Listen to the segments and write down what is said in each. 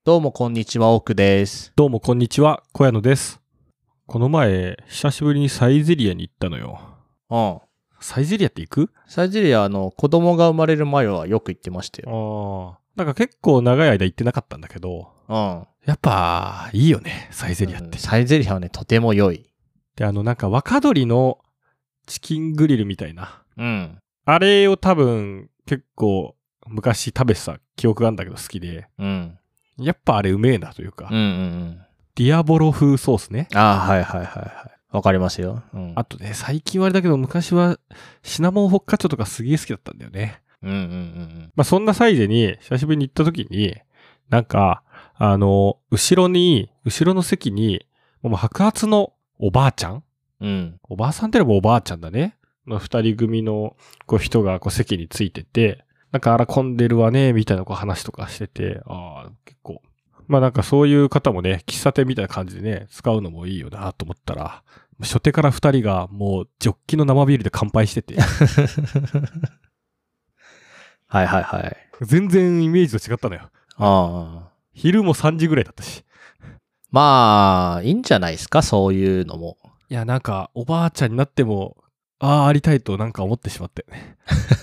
どうもこんにちは、奥です。 どうもこんにちは、小屋野です。この前、久しぶりにサイゼリアに行ったのよ。 うん。 サイゼリアって行く？ サイゼリア子供が生まれる前はよく行ってましたよ。 なんか結構長い間行ってなかったんだけど、 うん。 やっぱいいよね、サイゼリアって。 サイゼリアはね、とても良い。 で、なんか若鶏のチキングリルみたいな。 うん。 あれを多分結構昔食べてた記憶があるんだけど好きで、 うん。 やっぱあれうめえなというか、 うんうんうん。 ディアボロ風ソースね。 ああ、はいはいはいはい。わかりますよ。うん。 あとね、最近はあれだけど昔はシナモンホッカチョとかすげえ好きだったんだよね。 うんうんうん。 まあ、そんなサイゼに久しぶりに行った時に、なんか、後ろの席に、もう白髪のおばあちゃん、 うん。 おばあさんってのはおばあちゃんだね。の二人組の人が席についてて、なんかあら混んでるわね、みたいな話とかしてて、結構。まあなんかそういう方もね、喫茶店みたいな感じでね、使うのもいいよなと思ったら、初手から二人がもうジョッキの生ビールで乾杯してて。 はいはいはい。 全然イメージと違ったのよ。 ああ。 昼も3時ぐらいだったし。 まあ、いいんじゃないですか、そういうのも。 いや、なんか、おばあちゃんになっても、ありたいとなんか思ってしまったよね。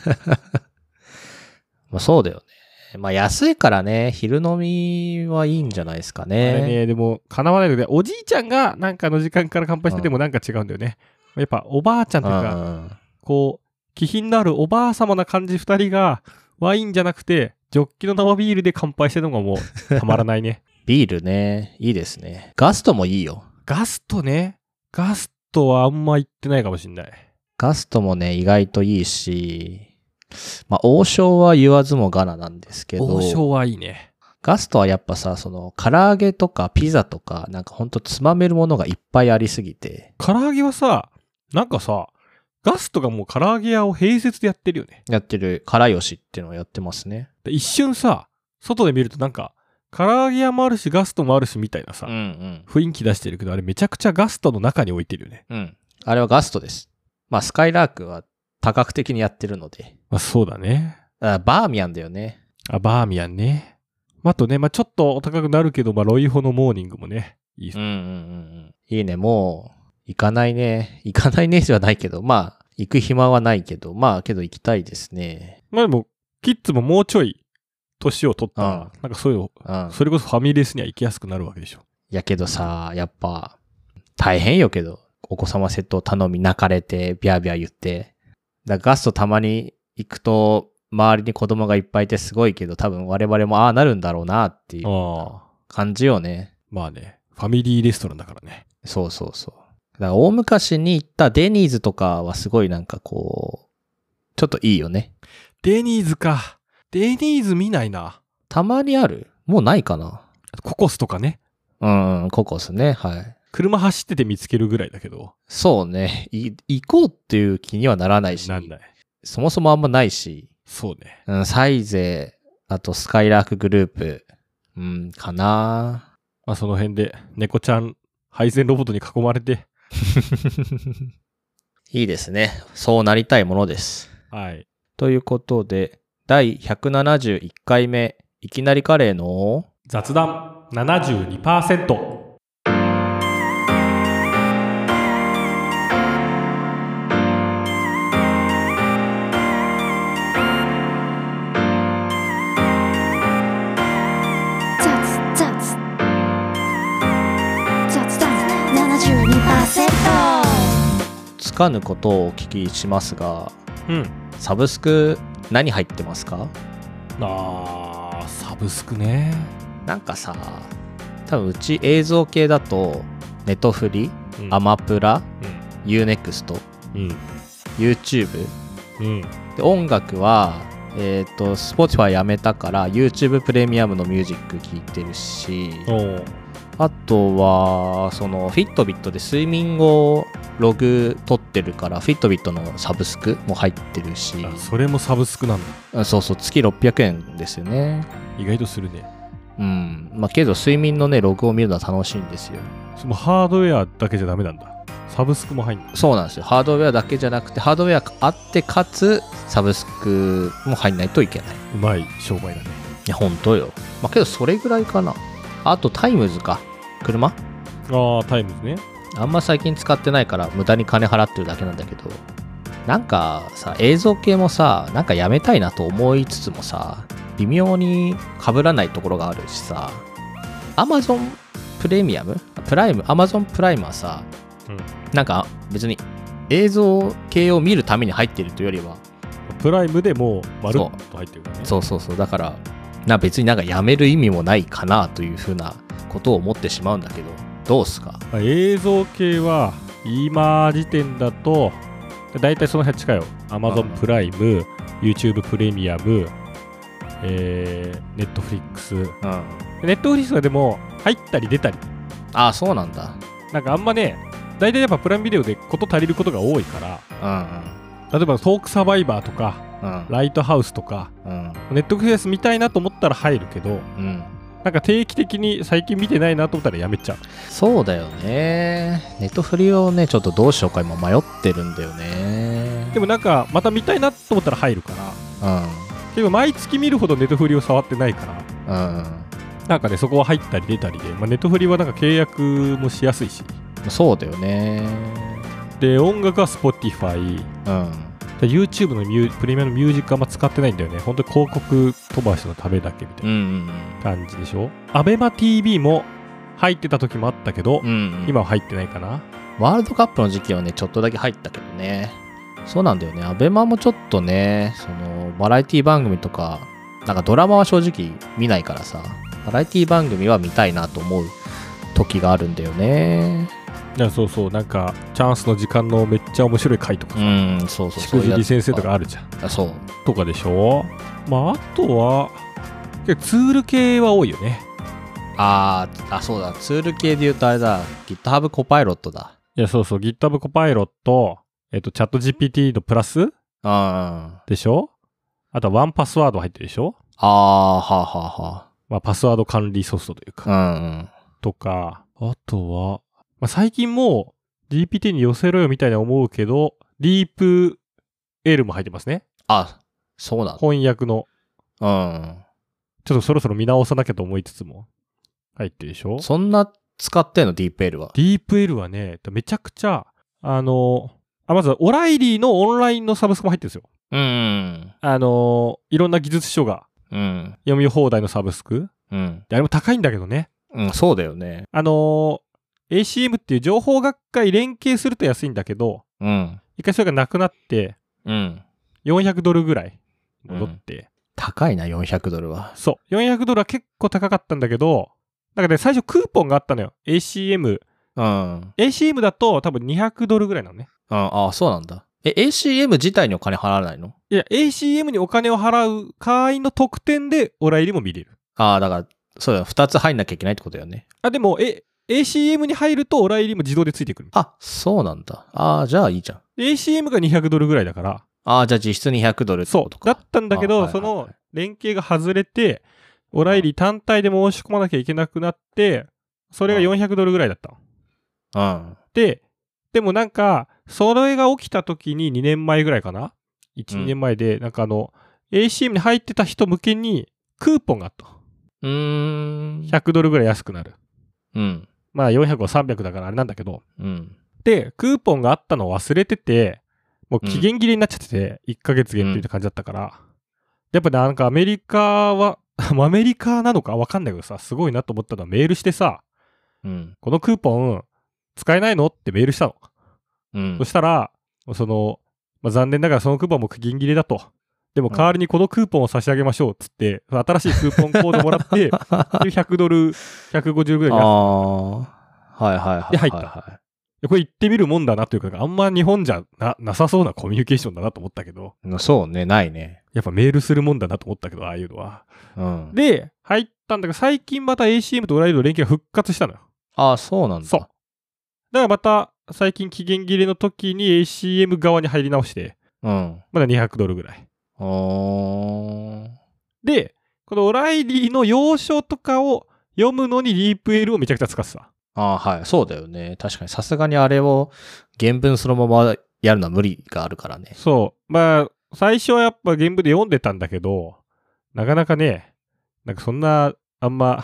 まあそうだよね。まあ安いからね、昼飲みはいいんじゃないですかね。 あれね、でも、叶わないので、おじいちゃんがなんかの時間から乾杯しててもなんか違うんだよね。やっぱ、おばあちゃんというか、こう、気品のあるおばあ様な感じ二人が、ワインじゃなくて、ジョッキの生ビールで乾杯してるのがもう、たまらないね。 ビールね、いいですね。ガストもいいよ。 ガストね。ガストはあんま行ってないかもしんない。 ガストもね、意外といいし、まあ、王将は言わずもがななんですけど、 王将はいいね。 ガストはやっぱさ、唐揚げとかピザとか、なんかほんとつまめるものがいっぱいありすぎて。 唐揚げはさ、なんかさ、ガストがもう唐揚げ屋を併設でやってるよね。 やってる、からよしっていうのをやってますね。 で一瞬さ、外で見るとなんか、唐揚げ屋もあるしガストもあるしみたいなさ、雰囲気出してるけど、あれめちゃくちゃガストの中に置いてるよね。 うん。あれはガストです。まあ、スカイラークは多角的にやってるので。 まあそうだね。 バーミヤンだよね。 バーミヤンね。あとね、ちょっとお高くなるけど、ロイホのモーニングもね、いいですね。 いいね、もう、行かないねじゃないけど、まあ、行く暇はないけど、まあ、けど行きたいですね。 でも、キッズももうちょい、年を取ったら、なんかそういうの、それこそファミレスには行きやすくなるわけでしょ。 いやけどさ、やっぱ、大変よけど、お子様セットを頼み泣かれて、ビャービャー言って。だからガストたまに行くと、周りに子供がいっぱいいてすごいけど、多分我々もああなるんだろうなっていう感じよね。 まあね、ファミリーレストランだからね。 そうそうそう。だから大昔に行ったデニーズとかはすごいなんかこう、ちょっといいよね。 デニーズか。デニーズ見ないな。 たまにある？もうないかな。 ココスとかね。 ココスね。はい。 車走ってて見つけるぐらいだけど。 そうね。行こうっていう気にはならないし。 なんない。 そもそもあんまないし。 そうね。 サイゼ、あとスカイラークグループ、かな。 まあその辺で、猫ちゃん、配膳ロボットに囲まれて。 いいですね。そうなりたいものです。 はい。 ということで、第171回目、いきなりカレーの雑談 72%。 つかぬことをお聞きしますが、サブスク何入ってますか？ サブスクね。 なんかさ、多分うち映像系だとネトフリ、アマプラ、Unext、YouTube、で音楽はSpotify やめたから YouTube プレミアムのミュージック聴いてるし、あとはフィットビットで睡眠をログ取ってるからフィットビットのサブスクも入ってるし。 それもサブスクなの？ そうそう、月600円ですよね。 意外とするね。 まあけど睡眠のねログを見るのは楽しいんですよ。 そのハードウェアだけじゃダメなんだ。サブスクも入んない。 そうなんですよ。ハードウェアだけじゃなくてハードウェアあってかつサブスクも入んないといけない。 うまい商売だね。 いや本当よ。まあけどそれぐらいかな。 あとタイムズか。車？ タイムズね。 あんま最近使ってないから無駄に金払ってるだけなんだけど、なんかさ、映像系もさ、なんかやめたいなと思いつつもさ、微妙に被らないところがあるしさ、Amazon プレミアム？プライム？ Amazon プライムはさ、なんか別に映像系を見るために入ってるというよりは、 プライムでもうまるっと入ってるからね。 そう。だから、別になんかやめる意味もないかなというふうなことを思ってしまうんだけど、どうっすか？ 映像系は今時点だとだいたいその辺近いよ。 Amazon プライム、YouTube プレミアム、Netflix、Netflix はでも入ったり出たり。 ああ、そうなんだ。 なんかあんまね、だいたいやっぱプライムビデオでこと足りることが多いから、例えばトークサバイバーとか、ライトハウスとか、Netflix 見たいなと思ったら入るけど、なんか定期的に最近見てないなと思ったらやめちゃう。 そうだよね。ネットフリをね、ちょっとどうしようか今迷ってるんだよね。 でもなんかまた見たいなと思ったら入るから、けど毎月見るほどネットフリを触ってないから、なんかね、そこは入ったり出たりで、ネットフリはなんか契約もしやすいし。 そうだよね。で、 音楽は Spotify、YouTube のプレミアムのミュージックあんま使ってないんだよね。本当に広告飛ばしのためだけみたいな感じでしょ。ABEMATV も入ってた時もあったけど、今は入ってないかな。 ワールドカップの時期はね、ちょっとだけ入ったけどね。そうなんだよね。ABEMAもちょっとね、そのバラエティ番組とか、なんかドラマは正直見ないからさ、バラエティ番組は見たいなと思う時があるんだよね。 いや、そう、なんかチャンスの時間のめっちゃ面白い回とかさ、 そうしくじり先生とかあるじゃん。 そうとかでしょ。あとはツール系は多いよね。 そうだ、ツール系で言うとあれだ、GitHub コパイロットだ。 いや、そう、GitHub コパイロット、チャット GPT のプラスでしょ。あとはワンパスワード入ってるでしょ。パスワード管理ソフトというか、とか、あとは最近もう GPT に寄せろよみたいに思うけど、DeepL も入ってますね。 そうなんだ。 翻訳の。ちょっとそろそろ見直さなきゃと思いつつも入ってるでしょ。 そんな使ってんの DeepL は。 DeepL はね、めちゃくちゃ、まずはオライリーのオンラインのサブスクも入ってるんですよ。いろんな技術書が読み放題のサブスク。あれも高いんだけどね。 そうだよね。 ACM っていう情報学会連携すると安いんだけど、一回それがなくなって、400ドルぐらい戻って、 高いな、400ドルは。 そう、400ドルは結構高かったんだけど、なんかね、最初クーポンがあったのよ。ACM。ACM だと多分200ドルぐらいなのね。 そうなんだ。ACM 自体にお金払わないの？ いや、ACM にお金を払う会員の特典でオラ入りも見れる。 だから、そうだよ、2つ入んなきゃいけないってことだよね。 でも、ACM に入るとオラ入りも自動でついてくる。 そうなんだ。じゃあいいじゃん。 ACM が200ドルぐらいだから。 じゃあ実質200ドルってことか。 そう。だったんだけど、その連携が外れて、オラ入り単体で申し込まなきゃいけなくなって、それが400ドルぐらいだったの。でもなんか、それが起きた時に2年前ぐらいかな ?1、2年前で、なんかACM に入ってた人向けにクーポンがあった。100ドルぐらい安くなる。400は300だからあれなんだけど。で、クーポンがあったのを忘れてて、もう期限切れになっちゃってて、1ヶ月限定って感じだったから。やっぱなんかアメリカは、アメリカなのかわかんないけどさ、すごいなと思ったのはメールしてさ、このクーポン使えないのってメールしたの。そしたら、残念ながらそのクーポンも期限切れだと。でも代わりにこのクーポンを差し上げましょうっつって、新しいクーポンコードもらって、100ドル、150ぐらいで入った。これ言ってみるもんだなというか、あんま日本じゃなさそうなコミュニケーションだなと思ったけど。 そうね、ないね。 やっぱメールするもんだなと思ったけど、ああいうのは。で、入ったんだけど、最近また ACM とオライルの連携が復活したのよ。 そうなんだ。 そう。だからまた、最近期限切れの時に ACM 側に入り直して、まだ200ドルぐらい。で、このオライリーの要所とかを読むのに DeepL をめちゃくちゃ使ってた。 はい。そうだよね。確かにさすがにあれを原文そのままやるのは無理があるからね。 そう。最初はやっぱ原文で読んでたんだけど、なかなかね、なんかそんな、あんま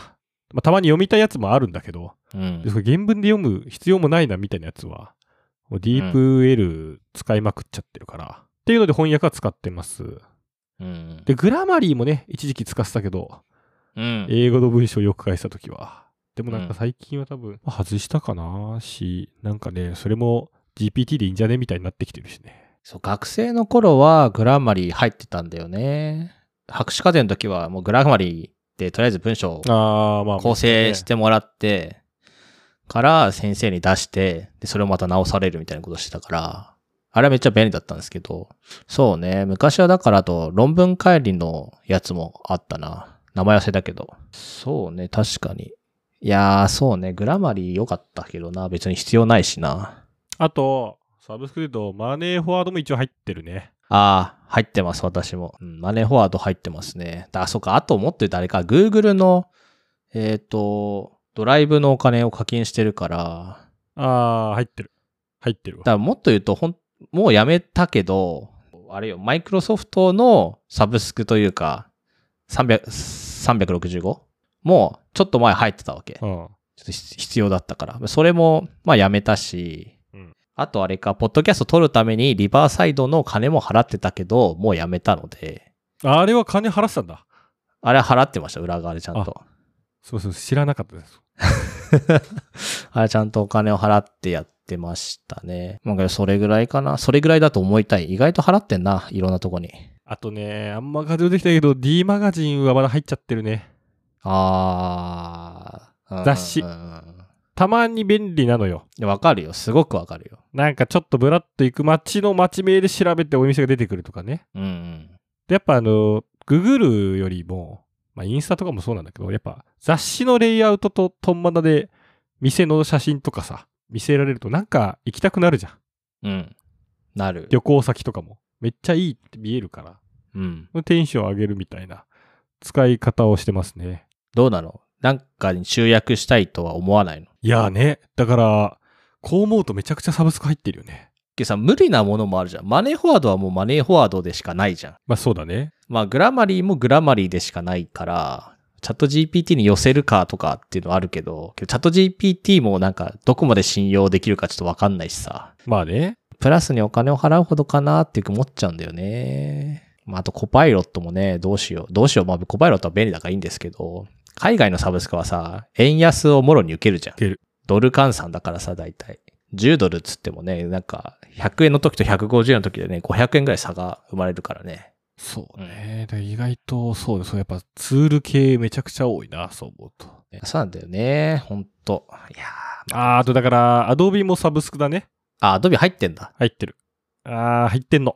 まあ、たまに読みたいやつもあるんだけど、 うん。 でそれ原文で読む必要もないなみたいなやつは、もうディープ L 使いまくっちゃってるから、っていうので翻訳は使ってます。 うん。 で、グラマリーもね、一時期使ってたけど、 うん。 英語の文章をよく返したときは。でもなんか最近は多分、外したかなし、なんかね、それも GPT でいいんじゃねみたいになってきてるしね。 そう、学生の頃はグラマリー入ってたんだよね。博士課程の時はもうグラマリーでとりあえず文章を構成してもらって、から先生に出して、で、それをまた直されるみたいなことしてたから、あれはめっちゃ便利だったんですけど、そうね、昔はだからと論文帰りのやつもあったな。名前忘れだけど。そうね、確かに。いやー、そうね、グラマリー良かったけどな、別に必要ないしな。 あと、サブスクで言うと、マネーフォワードも一応入ってるね。 ああ、入ってます、私も。うん、マネーフォワード入ってますね。そうか、あともっと言うとあれか、Google の、ドライブのお金を課金してるから。 入ってる。入ってるわ。 だからもっと言うと、もうやめたけど、あれよ、マイクロソフトのサブスクというか、365? もう、ちょっと前入ってたわけ。ちょっと必要だったから。それも、まあやめたし、あとあれか、ポッドキャスト撮るためにリバーサイドの金も払ってたけど、もうやめたので。 あれは金払ってたんだ。 あれは払ってました、裏側でちゃんと。 そう、知らなかったです。 あれちゃんとお金を払ってやってましたね。なんかそれぐらいかな。それぐらいだと思いたい。意外と払ってんな、いろんなとこに。 あとね、あんま活用できたけど、D マガジンはまだ入っちゃってるね。雑誌。たまに便利なのよ。 わかるよ。すごくわかるよ。 なんかちょっとブラッと行く街の街名で調べてお店が出てくるとかね。で、やっぱググるよりも、まあインスタとかもそうなんだけど、やっぱ雑誌のレイアウトとトンマナで店の写真とかさ、見せられるとなんか行きたくなるじゃん。 なる。 旅行先とかも。めっちゃいいって見えるから。テンション上げるみたいな使い方をしてますね。 どうなの？なんかに集約したいとは思わないの？ いやーね。だから、こう思うとめちゃくちゃサブスク入ってるよね。 けどさ、無理なものもあるじゃん。マネーフォワードはもうマネーフォワードでしかないじゃん。 まあそうだね。 まあグラマリーもグラマリーでしかないから、チャット GPT に寄せるかとかっていうのはあるけど、チャット GPT もなんかどこまで信用できるかちょっとわかんないしさ。 まあね。 プラスにお金を払うほどかなって思っちゃうんだよね。まああとコパイロットもね、どうしよう。まあコパイロットは便利だからいいんですけど、海外のサブスクはさ、円安をもろに受けるじゃん。ドル換算だからさ、だいたい。10ドルっつってもね、なんか、100円の時と150円の時でね、500円ぐらい差が生まれるからね。 そうね。意外と、そうです。やっぱツール系めちゃくちゃ多いな、そう思うと。 そうなんだよね、ほんと。いやあとだから、アドビもサブスクだね。 アドビ入ってんだ。 入ってる。入ってんの。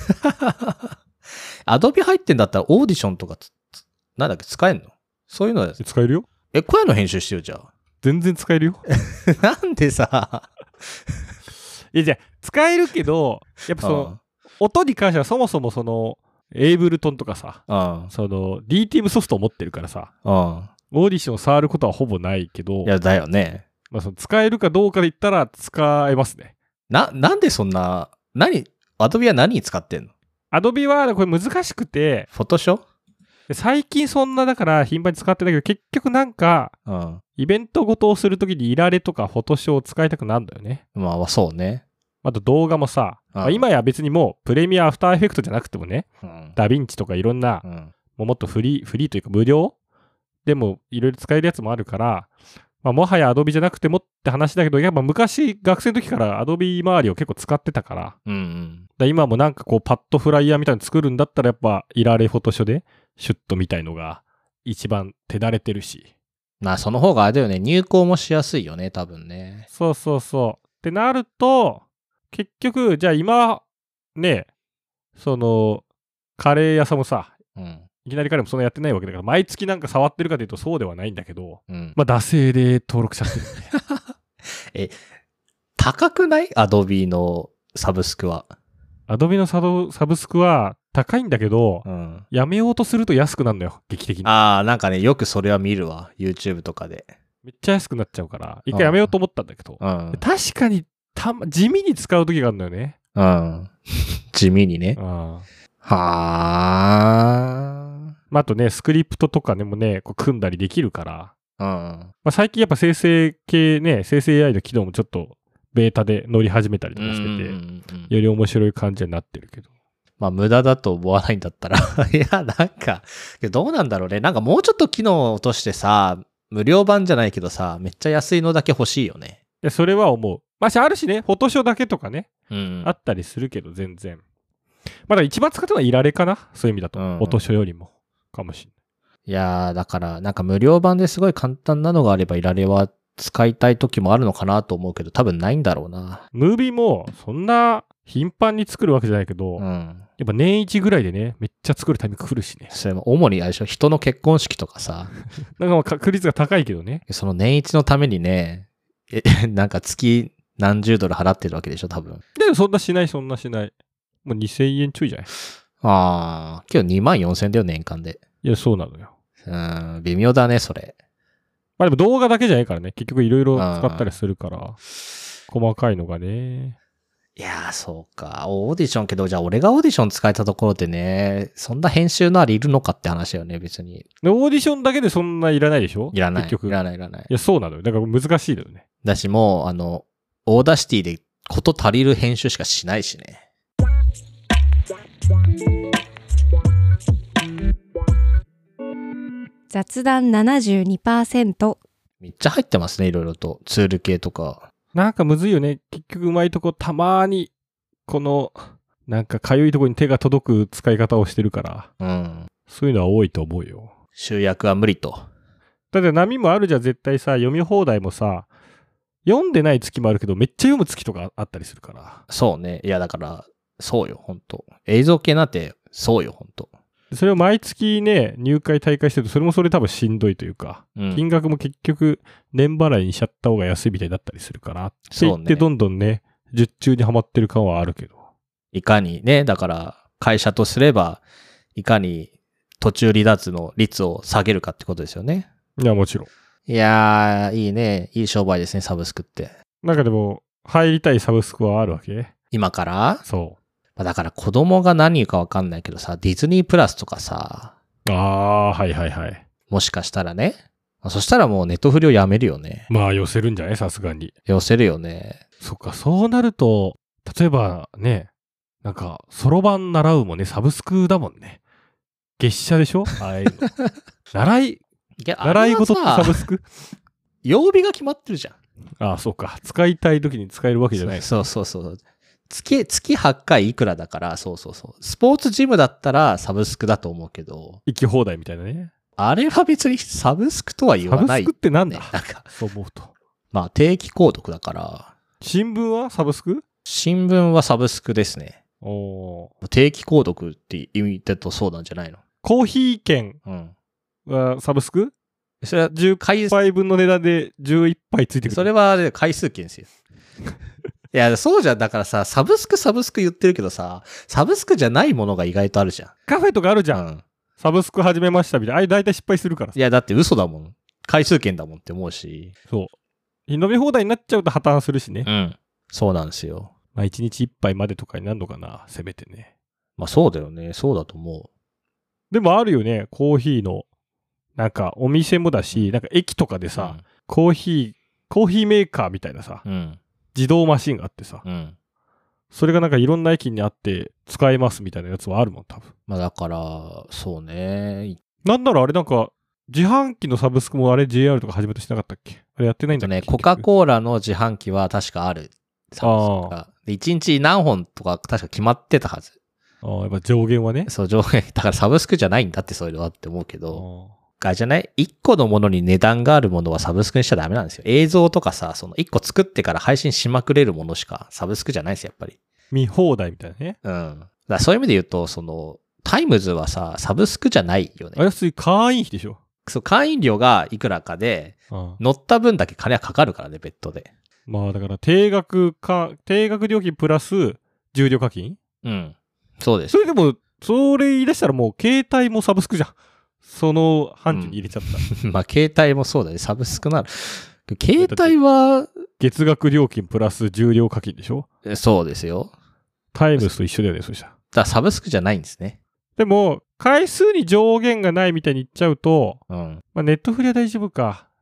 アドビ入ってんだったらオーディションとかなんだっけ、使えんの？そういうのは使えるよ。 声の編集してよ、じゃあ。 全然使えるよ。 なんでさ。 じゃあ、使えるけど、やっぱ音に関してはそもそもエイブルトンとかさ、DTM ソフトを持ってるからさ、オーディション触ることはほぼないけど、 いや、だよね。 まあ使えるかどうかで言ったら使えますね。 なんでそんな、アドビは何に使ってんの？ アドビはこれ難しくて、 フォトショー？ 最近そんなだから頻繁に使ってないけど、結局なんか、イベントごとをするときにイラレとかフォトショーを使いたくなるんだよね。 まあそうね。 あと動画もさ、今や別にもうプレミアアフターエフェクトじゃなくてもね、ダヴィンチとかいろんな、もっとフリーというか無料でもいろいろ使えるやつもあるから、もはやアドビじゃなくてもって話だけど、やっぱ昔学生の時からアドビ周りを結構使ってたから、今もなんかパッドフライヤーみたいなの作るんだったらやっぱイラレフォトショーでシュッとみたいのが一番手慣れてるし。 まあその方があれだよね、入稿もしやすいよね、多分ね。 そう。ってなると、結局、じゃあ今、ね、カレー屋さんもさ、いきなりカレーもそんなやってないわけだから、毎月なんか触ってるかというとそうではないんだけど、惰性で登録しちゃってるね。高くない？アドビのサブスクは。 アドビのサブスクは高いんだけど、やめようとすると安くなるのよ、劇的に。 なんかね、よくそれは見るわ、YouTube とかで。 めっちゃ安くなっちゃうから、一回やめようと思ったんだけど、確かに地味に使う時があるんだよね。 地味にね。 あとね、スクリプトとかでもね、組んだりできるから、 まあ、最近やっぱ生成系ね、生成 AI の機能もちょっとベータで乗り始めたりとかしてて、より面白い感じになってるけど。 まあ無駄だと思わないんだったらいや、なんか、どうなんだろうね。なんかもうちょっと機能を落としてさ、無料版じゃないけどさ、めっちゃ安いのだけ欲しいよね。 いや、それは思う。まあ、あるしね、フォトショーだけとかね、 あったりするけど、全然。まだ一番使ってるのはいられかな、そういう意味だと。フォトショーよりも。かもしれない。 いやー、だから、なんか無料版ですごい簡単なのがあれば、いられは使いたい時もあるのかなと思うけど、多分ないんだろうな。 ムービーも、そんな頻繁に作るわけじゃないけど、やっぱ年一ぐらいでね、めっちゃ作るタイミング来るしね。 それも主にあれでしょ、人の結婚式とかさ。 なんかまあ確率が高いけどね。 その年一のためにね、なんか月何十ドル払ってるわけでしょ、多分。 でもそんなしない。もう2000円ちょいじゃない？ ああ、今日24,000だよ、年間で。 いや、そうなのよ。 微妙だね、それ。 まあでも動画だけじゃないからね。結局いろいろ使ったりするから、細かいのがね。 いやー、そうか。オーディションけど、じゃあ俺がオーディション使えたところでね、そんな編集のありいるのかって話だよね、別に。 オーディションだけでそんないらないでしょ？ いらない。 結局。 いらない。いや、そうなのよ。だから難しいのよね。 だし、もう、オーダーシティでこと足りる編集しかしないしね。 雑談 72%。 めっちゃ入ってますね、いろいろと。ツール系とか。 なんかむずいよね。結局うまいとこたまーに、この、なんかかゆいとこに手が届く使い方をしてるから。そういうのは多いと思うよ。 集約は無理と。 だって波もあるじゃん、絶対さ、読み放題もさ、読んでない月もあるけど、めっちゃ読む月とかあったりするから。 そうね。いや、だから、そうよ、ほんと。映像系なんて、そうよ、ほんと。 それを毎月ね、入会退会してると、それもそれ多分しんどいというか、金額も結局、年払いにしちゃった方が安いみたいだったりするから、って言ってどんどんね、術中にはまってる感はあるけど。 いかにね、だから、会社とすれば、いかに途中離脱の率を下げるかってことですよね。 いや、もちろん。 いやー、いいね。いい商売ですね、サブスクって。 なんかでも、入りたいサブスクはあるわけ？ 今から？ そう。 だから子供が何かわかんないけどさ、ディズニープラスとかさ。 はい。 もしかしたらね。そしたらもうネットフリをやめるよね。 まあ寄せるんじゃない？さすがに。 寄せるよね。 そっか、そうなると、例えばね、なんか、そろばん習うもね、サブスクだもんね。月謝でしょ？ああいうの。習い事ってサブスク？ 曜日が決まってるじゃん。 そうか。使いたい時に使えるわけじゃない。 そう。月8回いくらだから、そう。スポーツジムだったらサブスクだと思うけど。 行き放題みたいなね。 あれは別にサブスクとは言わない、 サブスクってなんだ？ なんか、 そう思うと。 まあ定期購読だから。 新聞はサブスク？ 新聞はサブスクですね。定期購読って意味だとそうなんじゃないの？ コーヒー券はサブスク？ それは 10杯分の値段で11杯ついてくる。 それは回数券ですよ。いや、そうじゃん。だからさ、サブスク言ってるけどさ、サブスクじゃないものが意外とあるじゃん。 カフェとかあるじゃん。サブスク始めましたみたいな。あれ大体失敗するからさ。 いや、だって嘘だもん。回数券だもんって思うし。 そう。飲み放題になっちゃうと破綻するしね。 そうなんですよ。 まあ1日1杯までとかになるのかな、せめてね。 まあそうだよね。そうだと思う。 でもあるよね、コーヒーの。なんかお店もだし、なんか駅とかでさ、コーヒーメーカーみたいなさ、自動マシンがあってさ、それがなんかいろんな駅にあって使えますみたいなやつはあるもん、多分。 まあだから、そうね。 なんならあれなんか、自販機のサブスクもあれ JR とか始めとしなかったっけ？あれやってないんだっけ？ コカ・コーラの自販機は確かある。サブスクが。1日何本とか確か決まってたはず。 やっぱ上限はね。 そう、上限。だからサブスクじゃないんだってそういうのはって思うけど。じゃない？ 1 個のものに値段があるものはサブスクにしちゃダメなんですよ。映像とかさ、その1個作ってから配信しまくれるものしかサブスクじゃないですよ、やっぱり。 見放題みたいなね。 だからそういう意味で言うと、タイムズはさ、サブスクじゃないよね。 あれは普通に会員費でしょ。 そう、会員料がいくらかで、乗った分だけ金はかかるからね、別途で。 まあだから定額料金プラス重量課金？ そうです。 それでも、それ言い出したらもう携帯もサブスクじゃん。その範疇に入れちゃった。 まあ携帯もそうだね、サブスクなら。携帯は、 月額料金プラス重量課金でしょ？ そうですよ。 タイムズと一緒だよね、そしたら。 だからサブスクじゃないんですね。 でも、回数に上限がないみたいに言っちゃうと、まあネットフリは大丈夫か。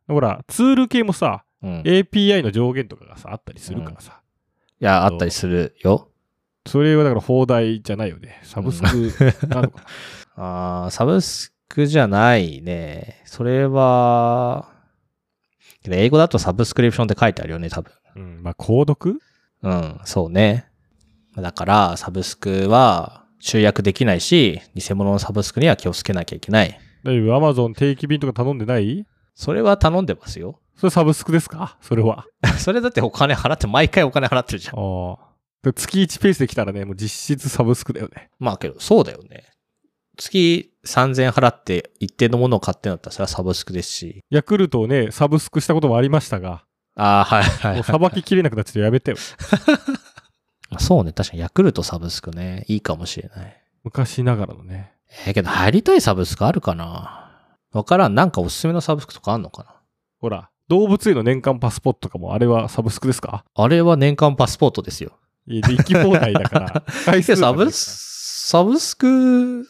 ほら、ツール系もさ、 うん。い API の上限とかがさ、あったりするからさ。 や、あったりするよ。 それはだから放題じゃないよね。サブスクなのかな。 サブスクじゃないね。それは、英語だとサブスクリプションって書いてあるよね、多分。 まあ、購読？ うん、そうね。だから、サブスクは集約できないし、偽物のサブスクには気をつけなきゃいけない。 だいぶ Amazon 定期便とか頼んでない？ それは頼んでますよ。 それサブスクですか？それは。 それだってお金払って、毎回お金払ってるじゃん。 で月1ペースで来たらね、もう実質サブスクだよね。 まあけど、そうだよね。月3000円払って一定のものを買ってんだったらそれはサブスクですし。 ヤクルトをね、サブスクしたこともありましたが、 はいはい、はい。 もうさばききれなくなっててやめてよ。 そうね。確かにヤクルトサブスクね。いいかもしれない。 昔ながらのね。 けど入りたいサブスクあるかな？わからん。なんかおすすめのサブスクとかあんのかな？ ほら、動物への年間パスポートとかもあれはサブスクですか？ あれは年間パスポートですよ。 いや、行き放題だから。回数サブスク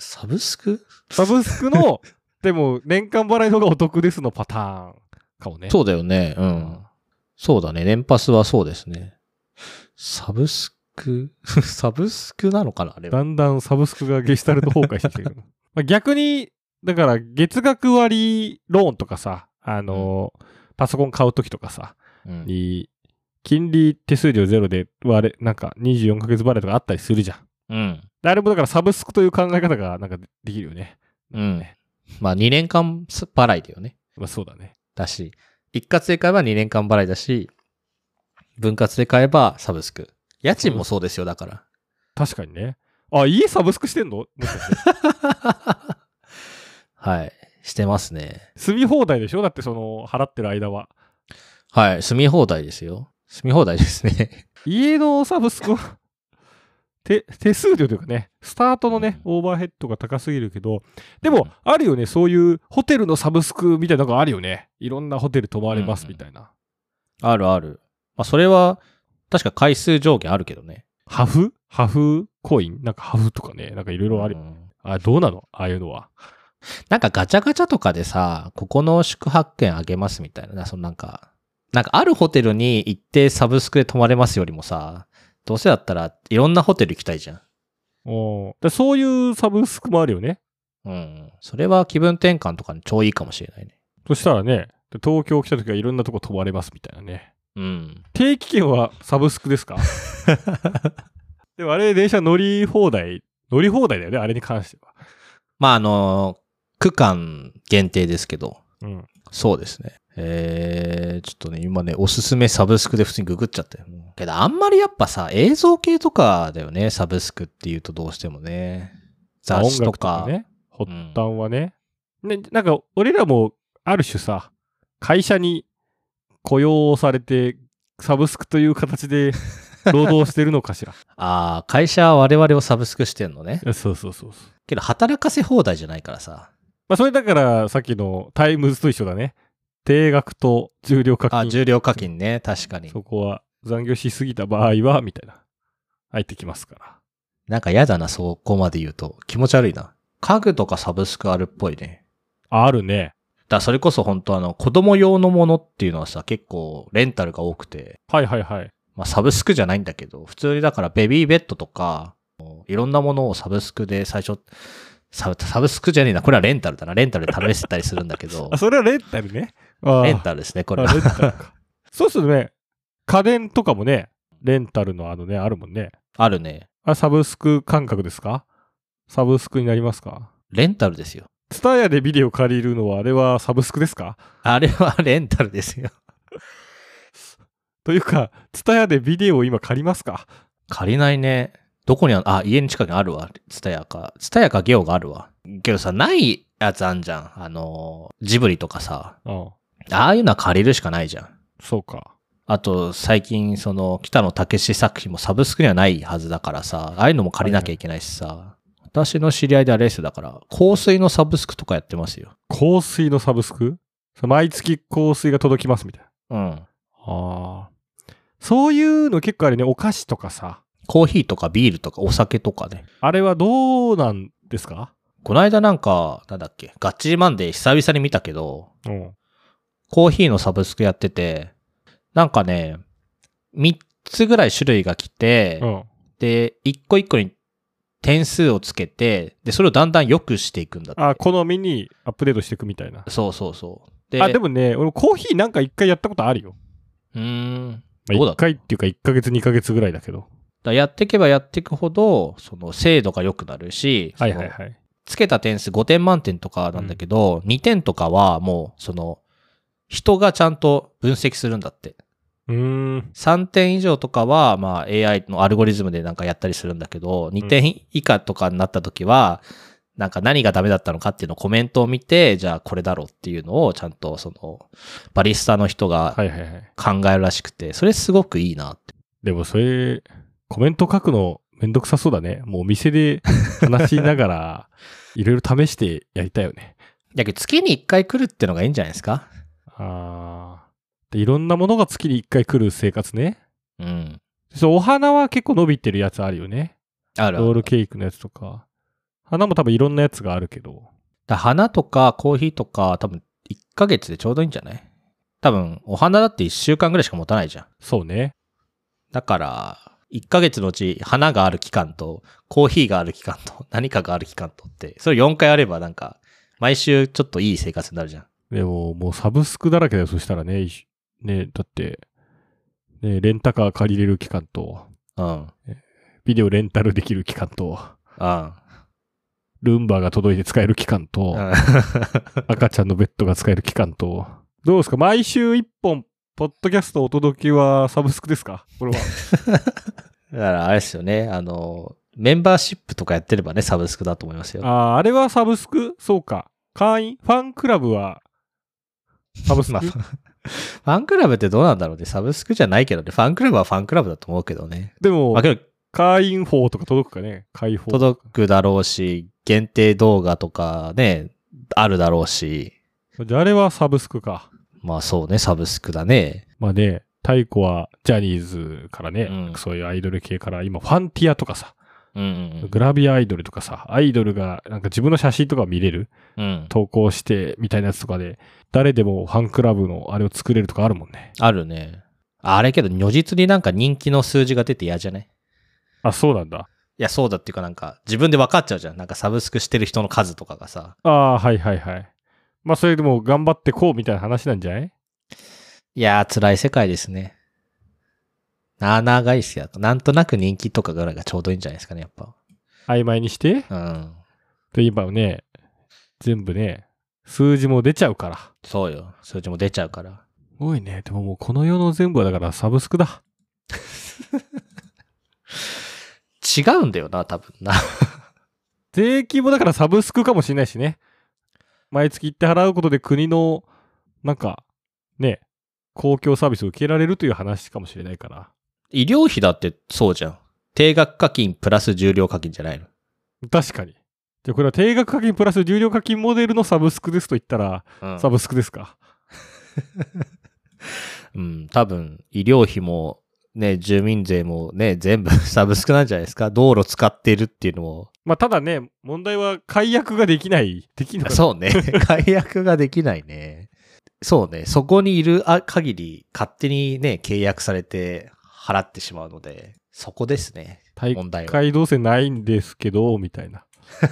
の、でも年間払いの方がお得ですのパターンかもね。 そうだよね。うん。そうだね。年パスはそうですね。サブスクサブスクなのかなあれは。 だんだんサブスクがゲシュタルト崩壊してきてる。まあ逆に、だから月額割ローンとかさ、パソコン買うときとかさ、に、金利手数料ゼロでなんか24ヶ月払いとかあったりするじゃん。 うん。 あれもだからサブスクという考え方がなんかできるよね。 うん。まあ2年間払いだよね。 まあそうだね。 だし、一括で買えば2年間払いだし、分割で買えばサブスク。家賃もそうですよ、だから。 確かにね。あ、家サブスクしてんの？もしかしてはい。してますね。 住み放題でしょ？だってその、払ってる間は。 はい。住み放題ですよ。住み放題ですね。 家のサブスクは手数料というかね、スタートのね、オーバーヘッドが高すぎるけど、でも、あるよね、そういうホテルのサブスクみたいなのがあるよね。いろんなホテル泊まれますみたいな。 あるある。まあ、それは、確か回数上限あるけどね。 ハフコインなんかハフとかね、なんかいろいろある。どうなの？ああいうのは。 なんかガチャガチャとかでさ、ここの宿泊券あげますみたいな、なんかあるホテルに一定サブスクで泊まれますよりもさ、どうせだったらいろんなホテル行きたいじゃん。 そういうサブスクもあるよね。 うん。それは気分転換とかに超いいかもしれないね。 そしたらね、東京来た時はいろんなとこ泊まれますみたいなね。 うん。 定期券はサブスクですか？でもあれ電車乗り放題だよね、あれに関しては。 まあ区間限定ですけど。 うん。 そうですね。ちょっとね、今ね、おすすめサブスクで普通にググっちゃったよ。けどあんまりやっぱさ、映像系とかだよね、サブスクっていうとどうしてもね。雑誌とか。 ね。発端はね。なんか、俺らもある種さ、会社に雇用されて、サブスクという形で労働してるのかしら。 会社は我々をサブスクしてんのね。 そう。 けど働かせ放題じゃないからさ。 まあ、それだからさっきのタイムズと一緒だね。定額と重量課金。 重量課金ね、確かに。 そこは残業しすぎた場合は、みたいな。入ってきますから。 なんか嫌だな、そこまで言うと。気持ち悪いな。家具とかサブスクあるっぽいね。 あるね。 だそれこそ本当子供用のものっていうのはさ、結構レンタルが多くて。 はい。 まあサブスクじゃないんだけど、普通にだからベビーベッドとか、いろんなものをサブスクで最初、サブスクじゃねえな。これはレンタルだな。レンタルで試せたりするんだけど。 それはレンタルね。 レンタルですね、これは。 レンタルか。そうするとね、家電とかもね、レンタルのあるもんね。 あるね。 サブスク感覚ですか？サブスクになりますか？ レンタルですよ。 ツタヤでビデオ借りるのはあれはサブスクですか？ あれはレンタルですよ。 というか、ツタヤでビデオを今借りますか？ 借りないね。どこに家に近くにあるわ。ツタヤかゲオがあるわ。けどさ、ないやつあんじゃん。ジブリとかさ。ああいうのは借りるしかないじゃん。 そうか。 あと、最近、北野武作品もサブスクにはないはずだからさ、ああいうのも借りなきゃいけないしさ。私の知り合いではレースだから、香水のサブスクとかやってますよ。 香水のサブスク？毎月香水が届きますみたいな。 そういうの結構あるね。お菓子とかさ。 コーヒーとかビールとかお酒とかね。 あれはどうなんですか？ この間なんだっけ、ガッチリマンデー久々に見たけど、 コーヒーのサブスクやってて、なんかね、3つぐらい種類が来て、で、一個一個に点数をつけて、で、それをだんだん良くしていくんだって。 好みにアップデートしていくみたいな。 そうそうそう。 でもね、俺コーヒーなんか1回やったことあるよ。 どうだ 1回っていうか1ヶ月2ヶ月ぐらいだけど。 やっていけばやっていくほど、その精度が良くなるし、 はいはいはい。 つけた点数5点満点とかなんだけど、2点とかはもう、その、人がちゃんと分析するんだって。3点以上とかは、まあ AI のアルゴリズムでなんかやったりするんだけど、2点以下とかになった時は、なんか何がダメだったのかっていうのをコメントを見て、じゃあこれだろうっていうのをちゃんとその、バリスタの人が考えるらしくて、それすごくいいなって。 でもそれ、コメント書くのめんどくさそうだね。もうお店で話しながら、いろいろ試してやりたいよね。 だけど月に1回来るってのがいいんじゃないですか？ でいろんなものが月に1回来る生活ね。そう、お花は結構伸びてるやつあるよね。 ある。 ロールケーキのやつとか。花も多分いろんなやつがあるけど。 花とかコーヒーとか多分1ヶ月でちょうどいいんじゃない？多分お花だって1週間ぐらいしか持たないじゃん。 そうね。 だから、1ヶ月のうち花がある期間とコーヒーがある期間と何かがある期間とって、それ4回あればなんか毎週ちょっといい生活になるじゃん。 でももうサブスクだらけだよ。そしたらね、だって、ね、レンタカー借りれる期間と、ビデオレンタルできる期間と、ルンバが届いて使える期間と、赤ちゃんのベッドが使える期間と、どうですか？毎週1本、ポッドキャストお届けはサブスクですか？これは。 だからあれですよね。メンバーシップとかやってればね、サブスクだと思いますよ。 あれはサブスク？そうか。会員？ファンクラブはサブスク？ ファンクラブってどうなんだろうね。サブスクじゃないけどね。ファンクラブはファンクラブだと思うけどね。 でも、会員法とか届くかね？会報届くだろうし、限定動画とかね、あるだろうし。 じゃああれはサブスクか。 まあそうね、サブスクだね。 まあね、太鼓はジャニーズからね、そういうアイドル系から今ファンティアとかさ、グラビアアイドルとかさ、アイドルがなんか自分の写真とか見れる、投稿してみたいなやつとかで、誰でもファンクラブのあれを作れるとかあるもんね。 あるね。あれけど如実になんか人気の数字が出て嫌じゃね？ そうなんだ。 いや、そうだっていうかなんか自分で分かっちゃうじゃん。なんかサブスクしてる人の数とかがさ。 はいはいはい。まあそれでも頑張ってこうみたいな話なんじゃない？ いやー、辛い世界ですね。長いっすよ。なんとなく人気とかぐらいがちょうどいいんじゃないですかね、やっぱ。 曖昧にして？で、今はね、全部ね、数字も出ちゃうから。 そうよ。数字も出ちゃうから。 すごいね。でももうこの世の全部はだからサブスクだ。 違うんだよな、多分な。 税金もだからサブスクかもしれないしね。毎月行って払うことで国の、なんか、ね、公共サービスを受けられるという話かもしれないから。 医療費だってそうじゃん。定額課金プラス重量課金じゃないの？ 確かに。じゃあこれは定額課金プラス重量課金モデルのサブスクですと言ったら、サブスクですか？ 多分医療費もね、住民税もね、全部サブスクなんじゃないですか？道路使っているっていうのも。 まあただね、問題は解約ができない。できない。 そうね。解約ができないね。そうね。そこにいる限り勝手にね、契約されて払ってしまうので、そこですね。問題は。 大会動線ないんですけど、みたいな。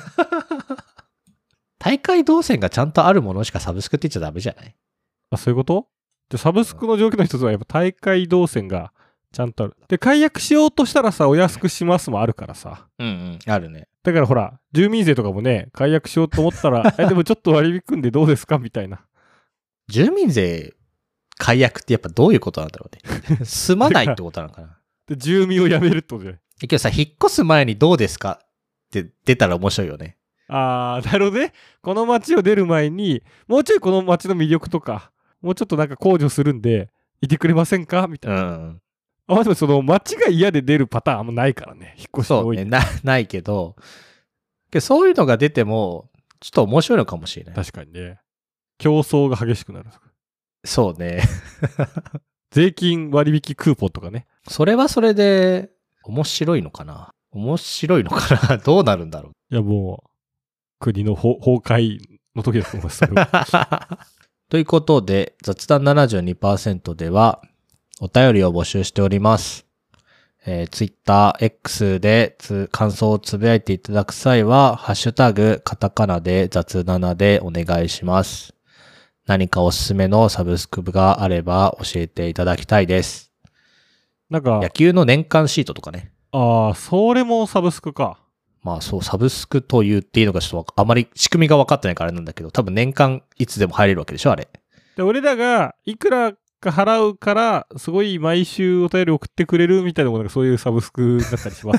大会動線がちゃんとあるものしかサブスクって言っちゃダメじゃない？ そういうこと？じゃサブスクの条件の一つはやっぱ大会動線がちゃんとある。で、解約しようとしたらさ、お安くしますもあるからさ。 あるね。 だからほら、住民税とかもね、解約しようと思ったら、でもちょっと割引んでどうですかみたいな。 住民税解約ってやっぱどういうことなんだろうね。住まないってことなのかな。 で、住民を辞めるってことじゃない。 けどさ、引っ越す前にどうですかって出たら面白いよね。 なるほどね。この街を出る前に、もうちょいこの街の魅力とか、もうちょっとなんか向上するんで、いてくれませんかみたいな。でもその街が嫌で出るパターンあんまないからね。引っ越し多い。 そうね。ないけど、そういうのが出ても、ちょっと面白いのかもしれない。 確かにね。競争が激しくなる。 そうね。 税金割引クーポンとかね。 それはそれで面白いのかな？面白いのかな？どうなるんだろう。 いやもう、国の崩壊の時だと思います。 ということで、雑談 72% ではお便りを募集しております。Twitter、X で感想をつぶやいていただく際は、ハッシュタグ、カタカナで雑7でお願いします。何かおすすめのサブスクがあれば教えていただきたいです。 なんか、 野球の年間シートとかね。 ああ、それもサブスクか。 まあそう、サブスクと言っていいのかちょっとあまり仕組みが分かってないからあれなんだけど、多分年間いつでも入れるわけでしょ、あれ。 で、俺らがいくらか払うから、すごい毎週お便り送ってくれるみたいなものがそういうサブスクだったりします。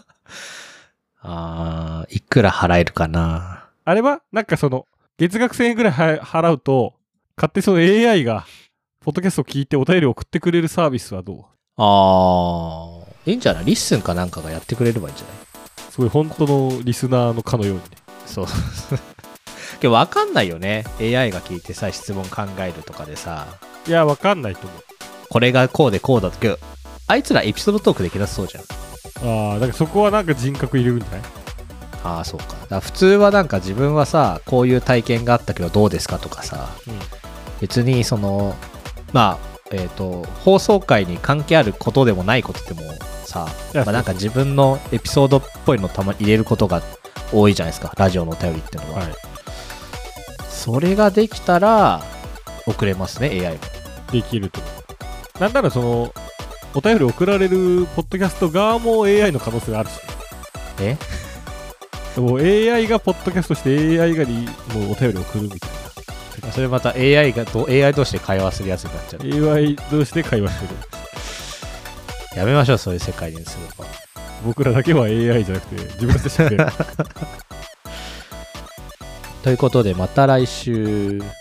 いくら払えるかな。 あれはなんか月額1000円くらい払うと、勝手にその AI が、ポッドキャストを聞いてお便りを送ってくれるサービスはどう？ いいんじゃない？リッスンかなんかがやってくれればいいんじゃない？ すごい本当のリスナーのかのようにね。 そう。けど分かんないよね。AI が聞いてさ、質問考えるとかでさ。 いや、分かんないと思う。 これがこうでこうだとけど、あいつらエピソードトークできなそうじゃん。 だからそこはなんか人格入れるんじゃない？ そうか。だから普通はなんか自分はさ、こういう体験があったけどどうですかとかさ、別に放送回に関係あることでもないことでもさ、なんか自分のエピソードっぽいのたまに入れることが多いじゃないですか、ラジオのお便りってのは。それができたら送れますね、AI も。 できると思う。なんならお便り送られるポッドキャスト側も AI の可能性があるし、ね。でも AI がポッドキャストして AI がにもうお便り送るみたいな。 それまた AI 同士で会話するやつになっちゃう。 AI 同士で会話する。 やめましょう、そういう世界にするの。 僕らだけは AI じゃなくて自分たちで喋る。 ということでまた来週。